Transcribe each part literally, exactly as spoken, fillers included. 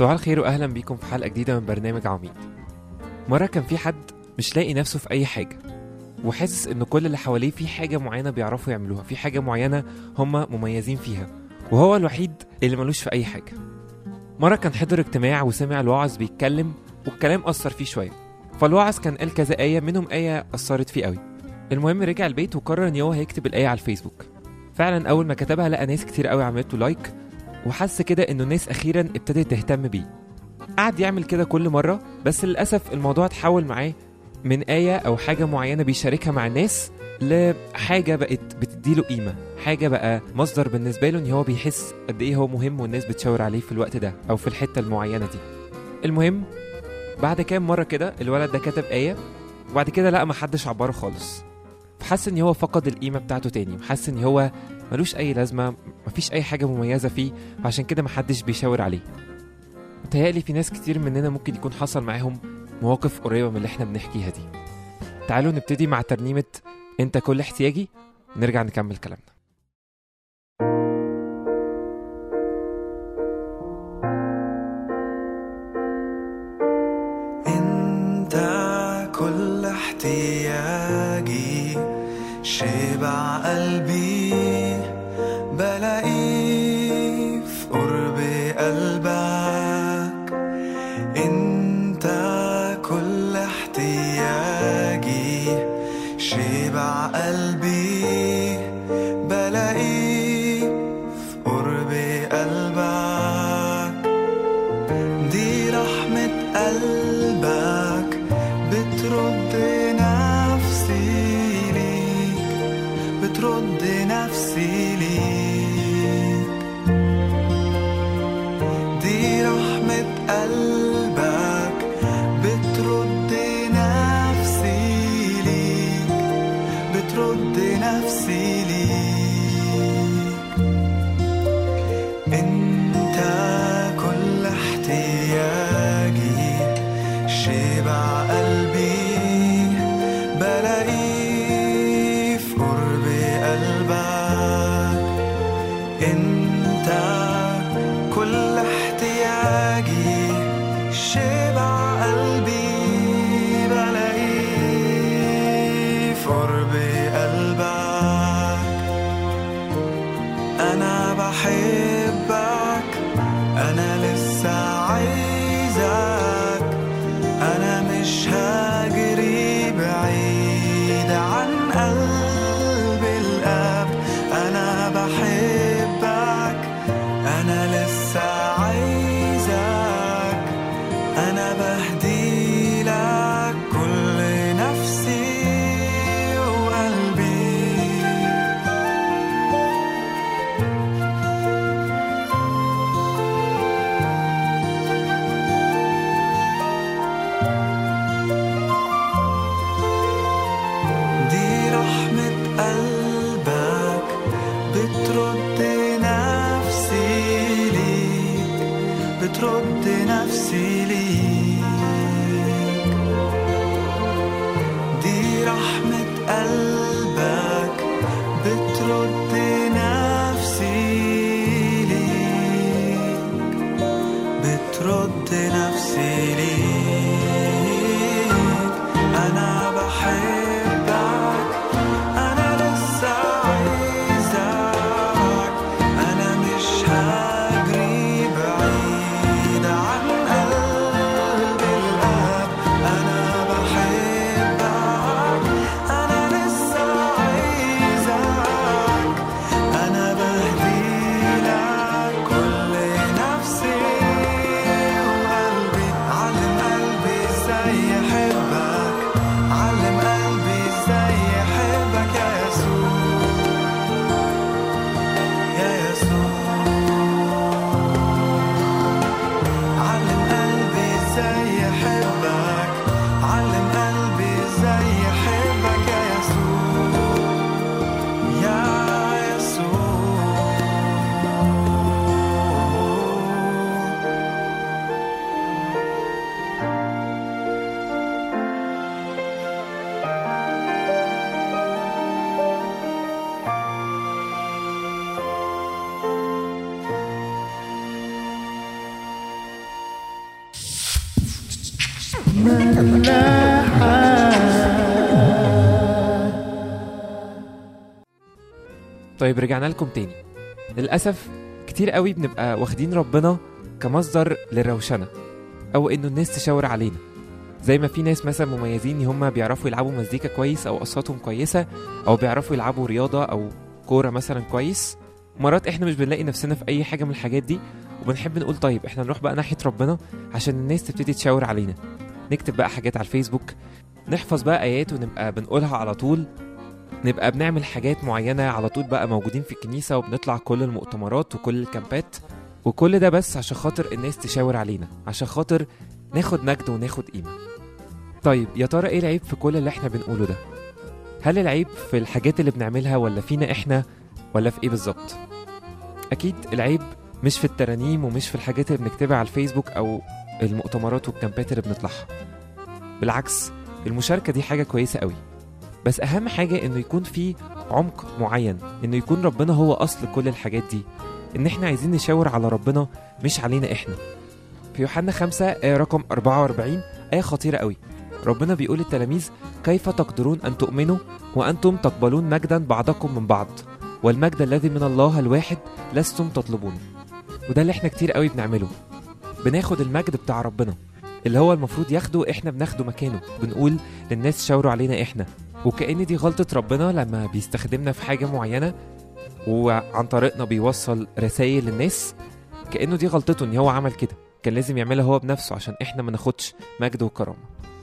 صباح الخير واهلا بيكم في حلقه جديده من برنامج عميد. مره كان في حد مش لاقي نفسه في اي حاجه، وحاسس ان كل اللي حواليه في حاجه معينه بيعرفوا يعملوها، في حاجه معينه هم مميزين فيها، وهو الوحيد اللي ملوش في اي حاجه. مره كان حضر اجتماع وسمع الواعظ بيتكلم والكلام اثر فيه شويه، فالواعظ كان قال كذا ايه، منهم ايه اثرت فيه قوي. المهم رجع البيت وقرر ان هو هيكتب الايه على الفيسبوك. فعلا اول ما كتبها لقى ناس كتير قوي عملت له لايك، وحس كده انه الناس اخيرا ابتدت تهتم بيه. قعد يعمل كده كل مره، بس للاسف الموضوع اتحول معاه من ايه او حاجه معينه بيشاركها مع الناس لحاجه بقت بتديله قيمه، حاجه بقى مصدر بالنسبه له ان هو بيحس قد ايه هو مهم والناس بتشاور عليه في الوقت ده او في الحته المعينه دي. المهم بعد كام مره كده الولد ده كتب ايه، وبعد كده لقى محدش عبره خالص، فحس ان هو فقد القيمه بتاعته تاني، وحس ان هو ملوش اي لازمه، مفيش اي حاجه مميزه فيه، فعشان كده محدش بيشاور عليه. متهيألي في ناس كتير مننا ممكن يكون حصل معاهم مواقف قريبه من اللي احنا بنحكيها دي. تعالوا نبتدي مع ترنيمه انت كل احتياجي، ونرجع نكمل كلامنا. انت كل احتياجي، شبع قلبي بلاقيه في قرب قلبك. انت كل احتياجي، شبع قلبي بلاقيه في قرب قلبك. دي رحمة قلبك بترد نفسي ليك، بترد نفسي ليك. دي رحمة قلبك بترد نفسي ليك، بترد نفسي ليك. انت كل احتياجي، شبع قلبي بلاقيه في قرب قلبك. انت كل احتياجي، شبع قلبي بلاقيه في قرب قلبك. انا بحبك، انا لسه عايزك، انا مش هجري بعيد عن قلب الاب. انا بحبك، انا لسه عايزك، انا بهدي لك كل نفسي وقلبي. دي رحمة قلبك بترد نفسي ليك، بترد نفسي ليك. دي رحمة قلبك بترد نفسي ليك، بترد نفسي ليك. أنا بحبك، أنا لسه عايزك، أنا مش هجري بعيد طيب رجعنا لكم تاني. للأسف كتير قوي بنبقى واخدين ربنا كمصدر للروشنة أو إنه الناس تشاور علينا، زي ما في ناس مثلا مميزين إن هم بيعرفوا يلعبوا مزيكا كويس أو أصواتهم كويسة أو بيعرفوا يلعبوا رياضة أو كورة مثلا كويس. مرات إحنا مش بنلاقي نفسنا في أي حاجة من الحاجات دي، وبنحب نقول طيب إحنا نروح بقى ناحية ربنا عشان الناس تبتدي تشاور علينا، نكتب بقى حاجات على الفيسبوك، نحفظ بقى آيات ونبقى بنقولها على طول، نبقى بنعمل حاجات معينة على طول بقى موجودين في الكنيسة وبنطلع كل المؤتمرات وكل الكامبات، وكل ده بس عشان خاطر الناس تشاور علينا، عشان خاطر ناخد مجد وناخد قيمة. طيب يا ترى ايه العيب في كل اللي احنا بنقوله ده؟ هل العيب في الحاجات اللي بنعملها ولا فينا احنا ولا في ايه بالظبط؟ اكيد العيب مش في الترانيم ومش في الحاجات اللي بنكتبها على الفيسبوك او المؤتمرات والكامبات اللي بنطلعها. بالعكس، المشاركة دي حاجة كويسة قوي، بس اهم حاجة انه يكون في عمق معين، انه يكون ربنا هو اصل كل الحاجات دي، ان احنا عايزين نشاور على ربنا مش علينا احنا. في يوحنا خمسة آية رقم أربعة وأربعين آية خطيرة قوي، ربنا بيقول للتلاميذ: كيف تقدرون أن تؤمنوا وأنتم تقبلون مجدا بعضكم من بعض، والمجد الذي من الله الواحد لستم تطلبون. وده اللي احنا كتير قوي بنعمله، بناخد المجد بتاع ربنا اللي هو المفروض ياخده، احنا بناخده مكانه، بنقول للناس شاوروا علينا احنا، وكأن دي غلطة ربنا لما بيستخدمنا في حاجة معينة وعن طريقنا بيوصل رسائل للناس، كأنه دي غلطته ان هو عمل كده، كان لازم يعملها هو بنفسه عشان احنا ما ناخدش مجد وكرامة.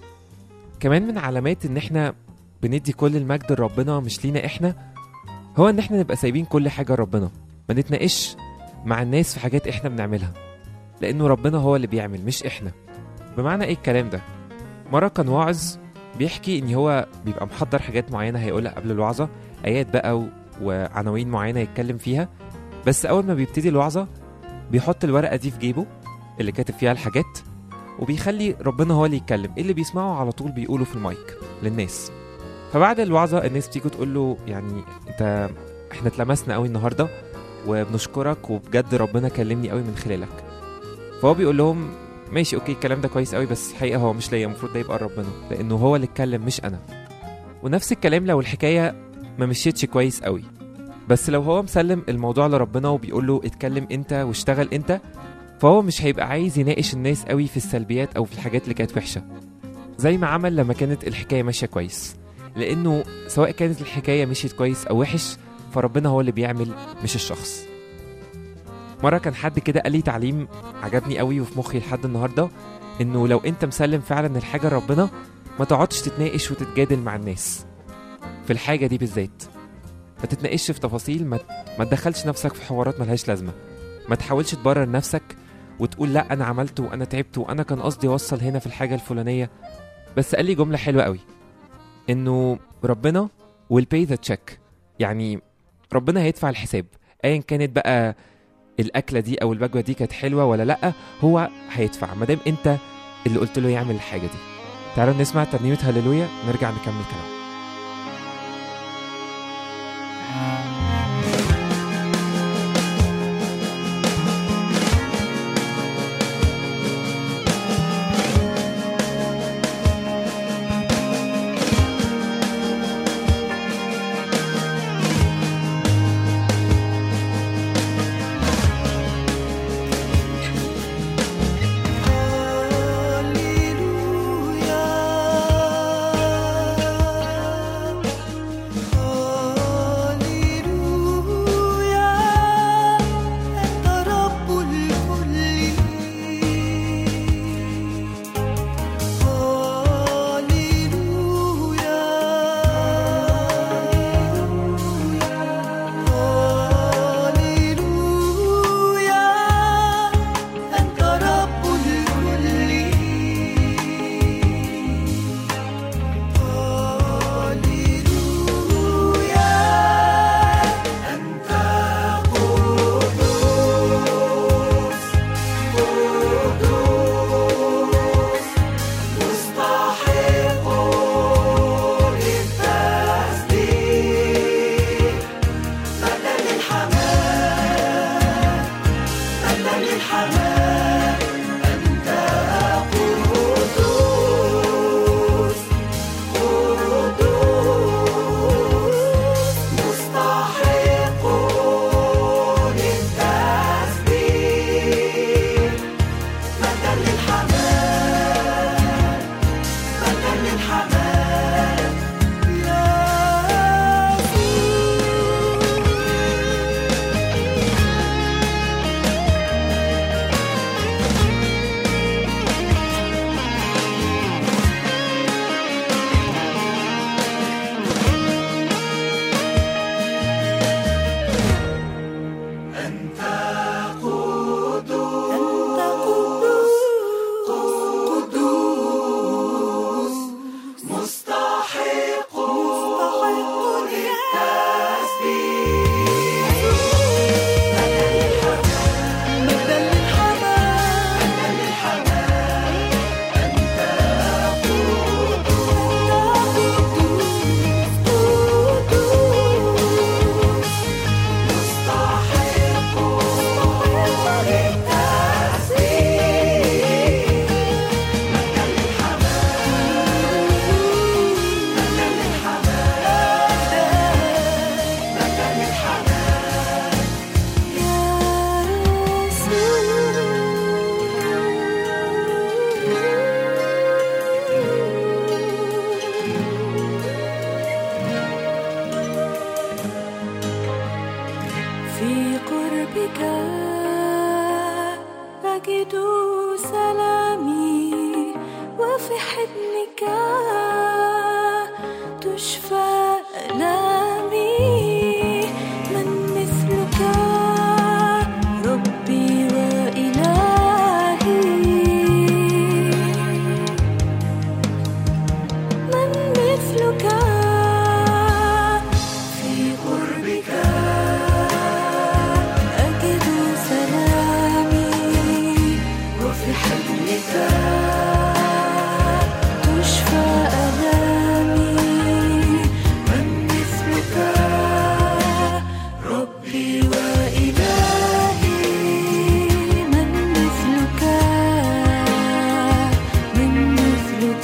كمان من علامات ان احنا بندي كل المجد لربنا مش لينا احنا، هو ان احنا نبقى سايبين كل حاجة لربنا، ما نتناقش مع الناس في حاجات احنا بنعملها، لانه ربنا هو اللي بيعمل مش احنا. بمعنى ايه الكلام ده؟ مرة كان واعظ بيحكي ان هو بيبقى محضر حاجات معينة هيقولها قبل الوعظة، ايات بقى وعناوين معينة يتكلم فيها، بس اول ما بيبتدي الوعظة بيحط الورقة دي في جيبه اللي كاتب فيها الحاجات، وبيخلي ربنا هو اللي يتكلم، اللي بيسمعه على طول بيقوله في المايك للناس. فبعد الوعظة الناس بتيجي تقول له يعني انت احنا اتلمسنا قوي النهاردة وبنشكرك وبجد ربنا كلمني قوي من خلالك. فهو بيقول لهم ماشي اوكي الكلام ده كويس قوي، بس الحقيقة هو مش ليا، المفروض ده يبقى ربنا، لانه هو اللي اتكلم مش انا. ونفس الكلام لو الحكاية ما مشيتش كويس قوي، بس لو هو مسلم الموضوع لربنا وبيقول له اتكلم انت واشتغل انت، فهو مش هيبقى عايز يناقش الناس قوي في السلبيات او في الحاجات اللي كانت وحشة زي ما عمل لما كانت الحكاية ماشية كويس، لانه سواء كانت الحكاية مشيت كويس او وحش فربنا هو اللي بيعمل مش الشخص. مرة كان حد كده قال لي تعليم عجبني قوي وفي مخي لحد النهاردة، انه لو انت مسلم فعلا الحاجة لربنا ما تقعدش تتناقش وتتجادل مع الناس في الحاجة دي بالذات، ما تتناقش في تفاصيل، ما ما تدخلش نفسك في حوارات ملهاش لازمة، ما تحاولش تبرر نفسك وتقول لا انا عملت وانا تعبت وانا كان قصدي اوصل هنا في الحاجة الفلانية. بس قال لي جملة حلوة قوي، انه ربنا will pay the check، يعني ربنا هيدفع الحساب ايا كانت بقى الاكلة دي او الوجبة دي كانت حلوة ولا لا، هو هيدفع مادام انت اللي قلت له يعمل الحاجة دي. تعالوا نسمع ترنيمة هللويا نرجع نكمل كلام. تشفى آلامي من مثلك ربي وإلهي من مثلك في قربك أجد سلامي وفي حضنك تشفى آلامي من مثلك ربي وإلهي من مثلك من مثلك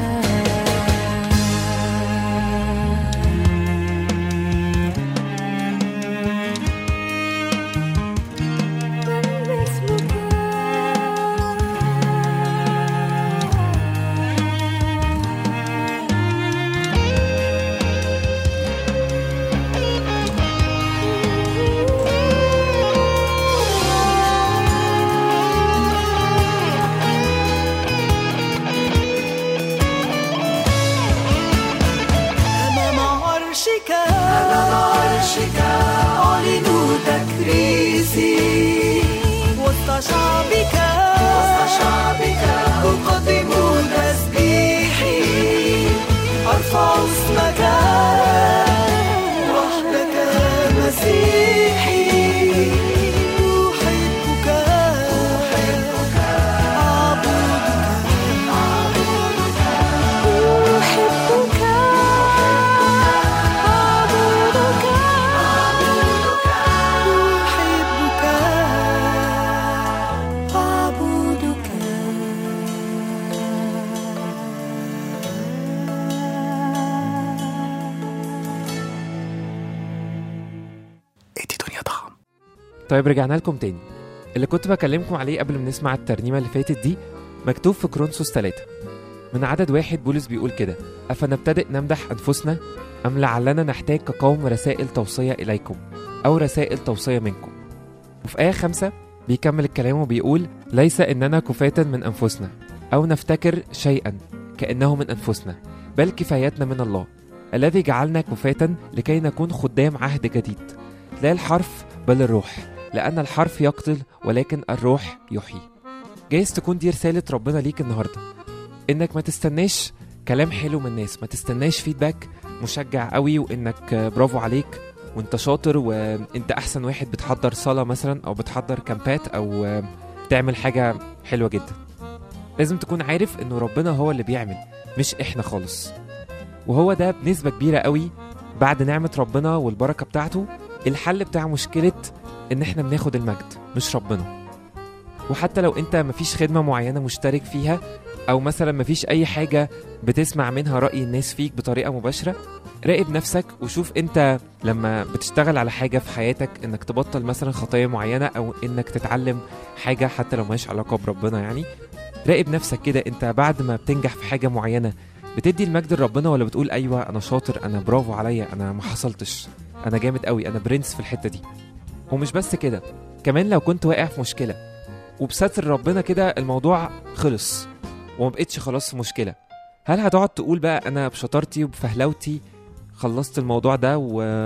أمام عرشك أمام عرشك أعلن تكريسي وسط شعبك وسط شعبك أقدم تسبيحي أرفع اسمك وحدك مسيحي أحبك أحبك أعبدك أعبدك أحبك أعبدك أحبك ادي دنيا ضخم. طيب رجعنا لكم تاني. اللي كنت بكلمكم عليه قبل ما نسمع الترنيمة اللي فاتت دي مكتوب في كورنثوس ثلاثة من عدد واحد. بولس بيقول كده: أفنبتدئ نمدح أنفسنا أم لعلنا نحتاج كقوم رسائل توصية إليكم أو رسائل توصية منكم. وفي آية خمسة بيكمل الكلام وبيقول: ليس إننا كفاة من أنفسنا أو نفتكر شيئا كأنه من أنفسنا، بل كفايتنا من الله الذي جعلنا كفاة لكي نكون خدام عهد جديد، لا الحرف بل الروح، لأن الحرف يقتل ولكن الروح يحيي. جايز تكون دي رسالة ربنا ليك النهاردة، إنك ما تستناش كلام حلو من الناس، ما تستناش فيدباك مشجع قوي وإنك برافو عليك وإنت شاطر وإنت أحسن واحد بتحضر صلاة مثلا أو بتحضر كامبات أو تعمل حاجة حلوة جدا. لازم تكون عارف إنه ربنا هو اللي بيعمل مش إحنا خالص، وهو ده بنسبة كبيرة قوي بعد نعمة ربنا والبركة بتاعته الحل بتاع مشكلة إن إحنا بناخد المجد مش ربنا. وحتى لو أنت مفيش خدمة معينة مشترك فيها أو مثلا مفيش أي حاجة بتسمع منها رأي الناس فيك بطريقة مباشرة، راقب نفسك وشوف أنت لما بتشتغل على حاجة في حياتك إنك تبطل مثلا خطايا معينة أو إنك تتعلم حاجة حتى لو ماش علاقة بربنا، يعني راقب نفسك كده أنت بعد ما بتنجح في حاجة معينة بتدي المجد لربنا ولا بتقول أيوة أنا شاطر، أنا برافو عليا، أنا ما حصلتش، أنا جامد قوي، أنا برنس في الحتة دي. ومش بس كده، كمان لو كنت واقع في مشكلة وبستر ربنا كده الموضوع خلص ومبقتش خلاص في مشكلة، هل هتقعد تقول بقى أنا بشطارتي وبفهلوتي خلصت الموضوع ده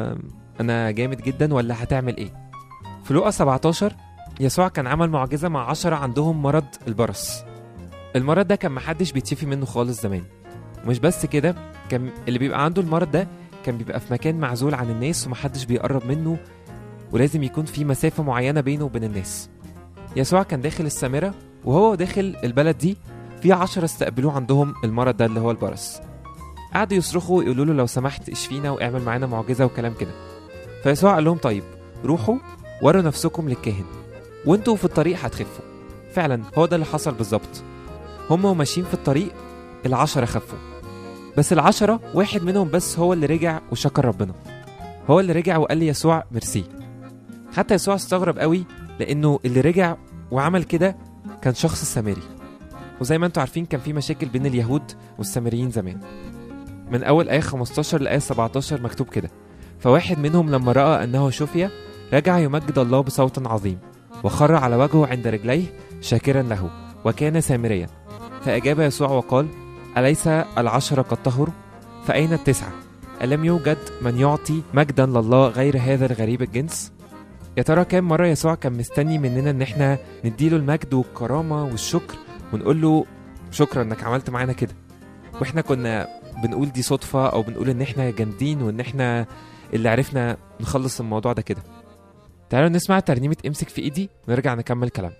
وأنا جامد جدا، ولا هتعمل إيه؟ في لوقا سبعتاشر يسوع كان عمل معجزة مع عشرة عندهم مرض البرص. المرض ده كان محدش بيتشفي منه خالص زمان. ومش بس كده، كان اللي بيبقى عنده المرض ده كان بيبقى في مكان معزول عن الناس ومحدش بيقرب منه، ولازم يكون في مسافة معينة بينه وبين الناس. يسوع كان داخل السامرة، وهو داخل البلد دي في عشرة استقبلوه عندهم المرض ده اللي هو البرص. قعدوا يصرخوا ويقولوا له لو سمحت اشفينا واعمل معانا معجزة وكلام كده. فيسوع قال لهم طيب روحوا وروا نفسكم للكاهن وانتوا في الطريق هتخفوا. فعلا هو ده اللي حصل بالظبط. هم وماشيين في الطريق العشرة خفوا، بس العشرة واحد منهم بس هو اللي رجع وشكر ربنا، هو اللي رجع وقال لي يسوع ميرسي. حتى يسوع استغرب قوي لانه اللي رجع وعمل كده كان شخص سامري، وزي ما انتوا عارفين كان في مشاكل بين اليهود والسامريين زمان. من اول آية خمستاشر لآية سبعتاشر مكتوب كده: فواحد منهم لما رأى انه شفي رجع يمجد الله بصوت عظيم وخر على وجهه عند رجليه شاكرا له، وكان سامريا. فأجاب يسوع وقال: أليس العشرة قد طهروا؟ فأين التسعة؟ ألم يوجد من يعطي مجدا لله غير هذا الغريب الجنس؟ يا ترى كام مرة يسوع كان مستني مننا ان احنا نديله المجد والكرامة والشكر ونقول له شكرا انك عملت معانا كده، واحنا كنا بنقول دي صدفة او بنقول ان احنا جامدين وان احنا اللي عرفنا نخلص الموضوع ده كده. تعالوا نسمع ترنيمة امسك في ايدي ونرجع نكمل كلامنا.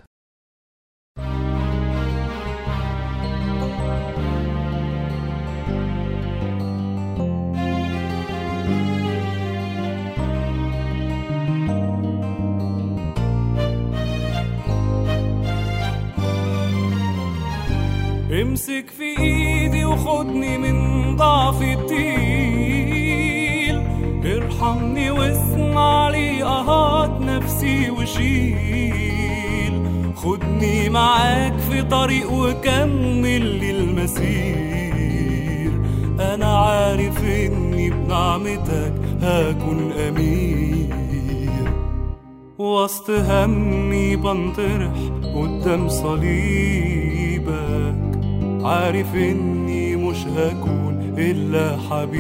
امسك في ايدي وخدني من ضعف التقيل، ارحمني واسمع لي اهات نفسي وشيل، خدني معاك في طريق وكمل لي المسير، انا عارف اني بنعمتك هكون امير، وسط همي بنطرح قدام صليبك، عارف اني مش هكون الا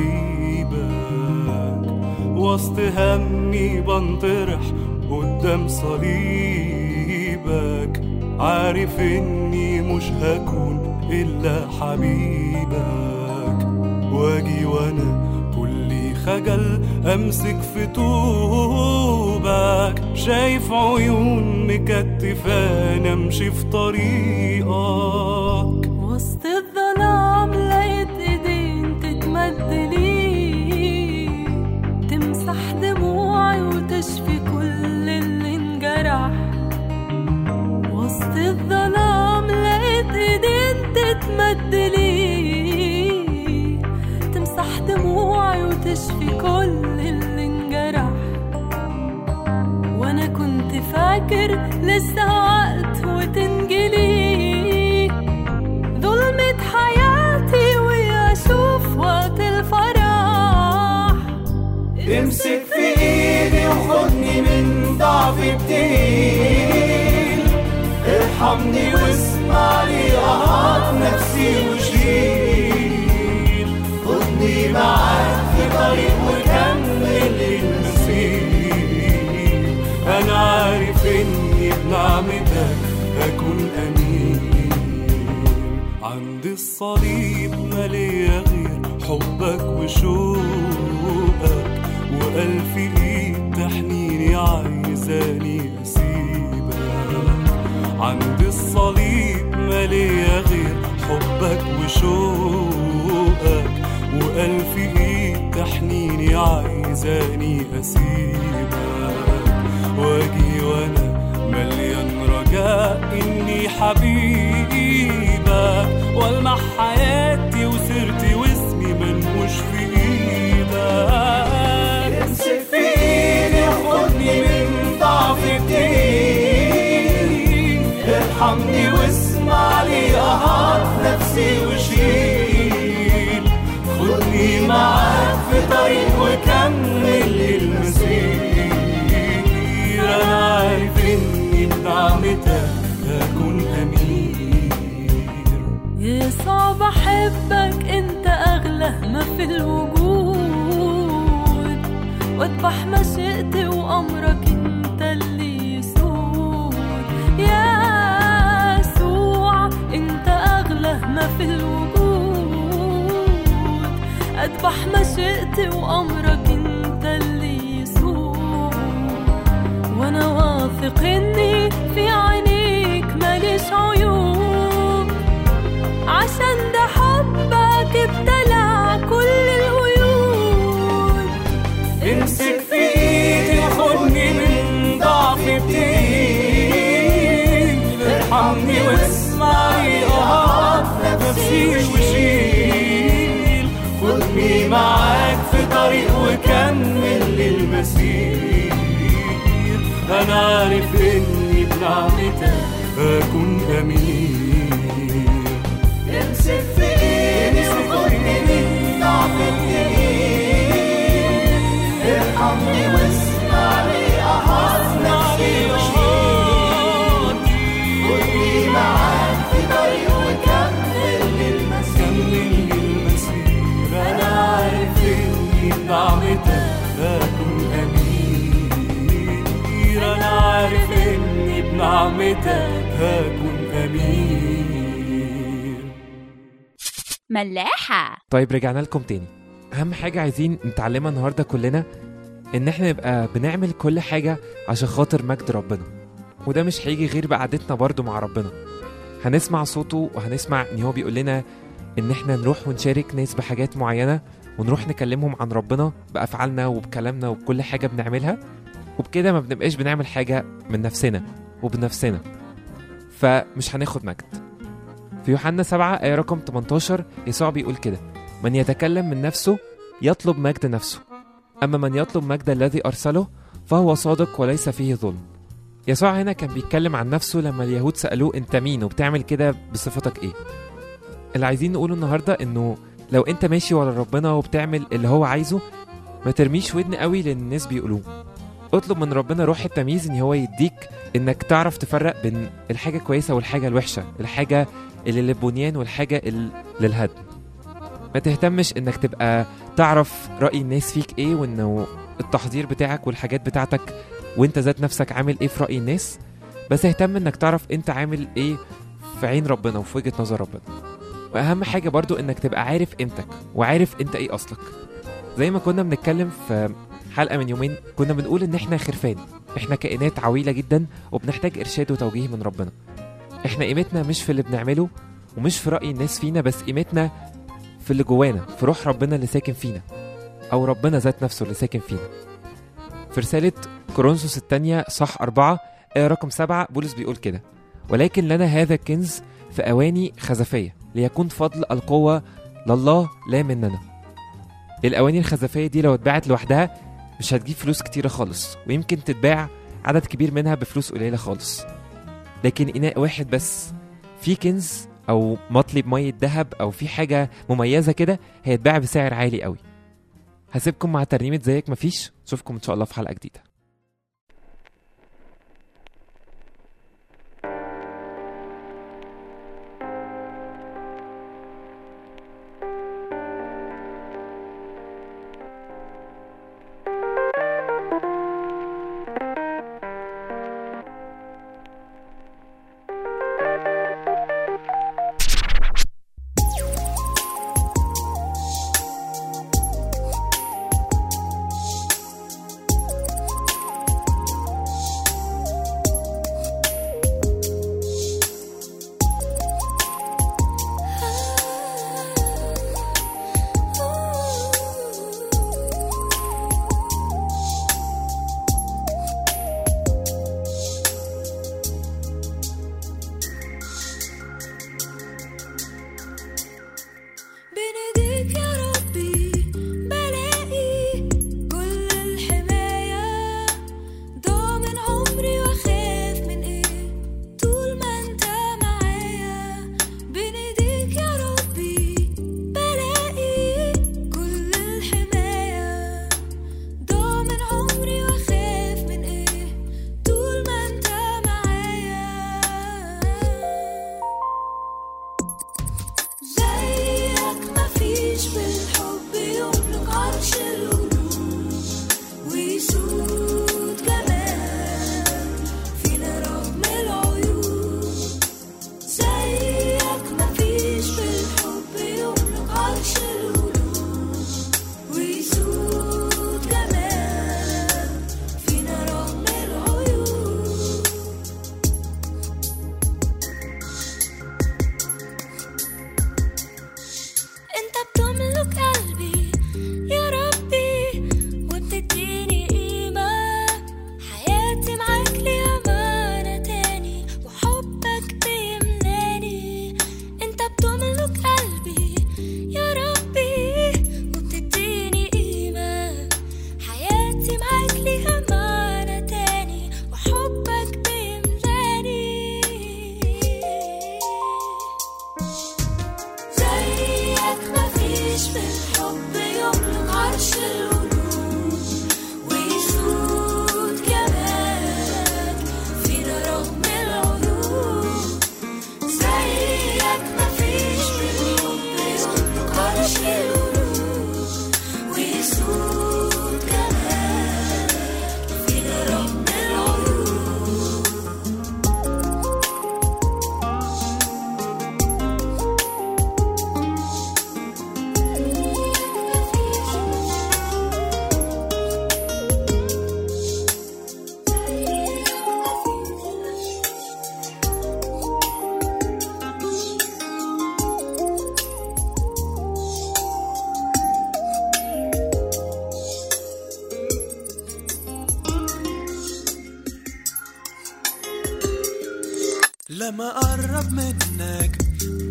حبيبك، وسط همي بنطرح قدام صليبك، عارف اني مش هكون الا حبيبك، واجي وانا كل خجل امسك في طوبك، شايف عيون مكتفاني امشي في طريقك، وسط الظلام لقيت ايدين تتمد لي، تمسح دموعي وتشفي كل اللي انجرح، وسط الظلام لقيت ايدين تتمد لي، تمسح دموعي وتشفي كل اللي انجرح، وانا كنت فاكر لسه وقت وتنجلي ظلمة حياتي واشوف وقت الفرح، امسك في ايدي وخدني من ضعف التقيل، ارحمني واسمع لي اهات نفسي وشيل، خدني معاك في طريق وكمل المسير، انا عارف اني بنعمتك هكون امين، عند الصليب مالية غير حبك وشوقك، وألف ايد تحنيني عايزاني اسيبك، عند الصليب مالية غير حبك وشوقك، وألف ايد تحنيني عايزاني اسيبك، واجي وانا مليان رجاء اني حبيبك، والمع حياتي وسيرتي واسمي منوش في ايدك، امسك في ايدي وخدني من ضعف التقيل، ارحمني واسمع لي اهات نفسي وشيل، خدني معاك في طريق وكمل المسير، انا عارف اني بنعمتك هكون امير، يسوع بحبك انت اغلى ما في الوجود، واذبح مشيئتي وامرك انت اللي يسود، يسوع انت اغلى ما في الوجود، اذبح مشيئتي وامرك انت اللي يسود، وانا واثق اني في عينيك ماليش عيوب، عشان ده حبك ابتلع كل القيود، امسك في ايدي وخدني من ضعف التقيل، ارحمني واسمع لي اهات نفسي وشيل، خدني معاك في طريق وكمل للمسير، انا عارف اني بنعمتك هكون امين، امسك في ايدي وخدني من ضعف التقيل، ارحمني واسمع لي اهات نفسي وشيل، خدني معاك في طريق وكمل للمسير، انا عارف اني بنعمتك هكون أمير. أنا عارف إني بنعمتك هكون أمير. ملاحة. طيب رجعنا لكم تاني. أهم حاجة عايزين نتعلمها النهاردة كلنا إن إحنا نبقى بنعمل كل حاجة عشان خاطر مجد ربنا، وده مش هيجي غير بقعدتنا برضو مع ربنا. هنسمع صوته وهنسمع إن هو بيقول لنا إن إحنا نروح ونشارك ناس بحاجات معينة، ونروح نكلمهم عن ربنا بأفعالنا وبكلامنا وبكل حاجة بنعملها، وبكده ما بنبقاش بنعمل حاجة من نفسنا وبنفسنا، فمش هناخد مجد. في يوحنا سبعة آية رقم تمنتاشر يسوع بيقول كده: من يتكلم من نفسه يطلب مجد نفسه، أما من يطلب مجد الذي أرسله فهو صادق وليس فيه ظلم. يسوع هنا كان بيتكلم عن نفسه لما اليهود سألوه أنت مين وبتعمل كده بصفتك إيه. اللي عايزين نقوله النهاردة إنه لو أنت ماشي ورا ربنا وبتعمل اللي هو عايزه، ما ترميش ودن قوي للناس بيقولوه. اطلب من ربنا روح التمييز إن هو يديك إنك تعرف تفرق بين الحاجة كويسة والحاجة الوحشة، الحاجة اللي للبنيان والحاجة اللي للهدم. ما تهتمش إنك تبقى تعرف رأي الناس فيك إيه، وإنه التحضير بتاعك والحاجات بتاعتك وإنت ذات نفسك عامل إيه في رأي الناس، بس اهتم إنك تعرف إنت عامل إيه في عين ربنا وفي وجهة نظر ربنا. وأهم حاجة برضو إنك تبقى عارف قيمتك وعارف إنت إيه أصلك. زي ما كنا بنتكلم في حلقة من يومين، كنا بنقول إن إحنا خرفان، إحنا كائنات عويلة جدا وبنحتاج إرشاد وتوجيه من ربنا. إحنا قيمتنا مش في اللي بنعمله ومش في رأي الناس فينا، بس قيمتنا في اللي جوانا، في روح ربنا اللي ساكن فينا، أو ربنا ذات نفسه اللي ساكن فينا. في رسالة كورنثوس الثانية صح أربعة آية رقم سبعة بولس بيقول كده: ولكن لنا هذا الكنز في أواني خزفية ليكون فضل القوة لله لا مننا. الأواني الخزفية دي لو اتباعت لوحدها مش هتجيب فلوس كتيرة خالص، ويمكن تتباع عدد كبير منها بفلوس قليلة خالص. لكن إناء واحد بس في كنز أو مطلب مية ذهب أو في حاجة مميزة كده هيتباع بسعر عالي قوي. هسيبكم مع ترنيمة زيك مفيش، نشوفكم إن شاء الله في حلقة جديدة.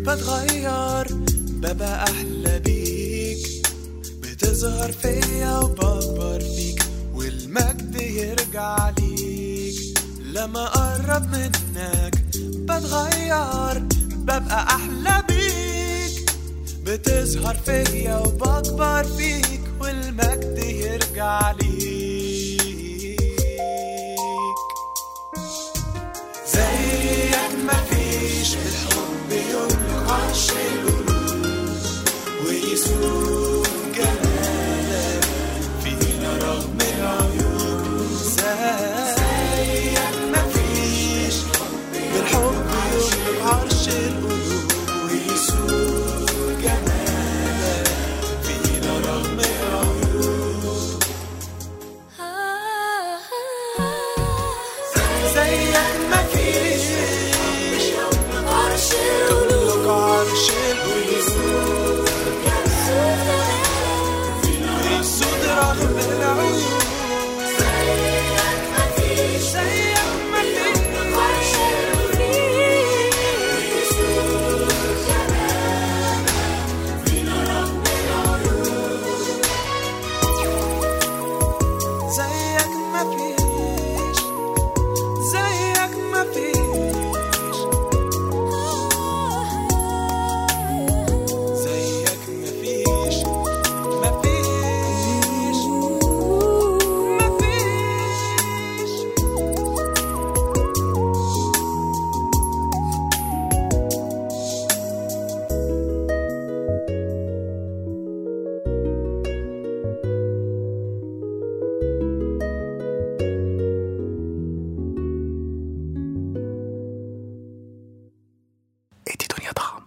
بتغير ببقى أحلى بيك، بتظهر فيا وبكبر فيك والمجد يرجع ليك. لما أقرب منك بتغير ببقى أحلى بيك، بتظهر فيا وبكبر فيك والمجد يرجع ليك.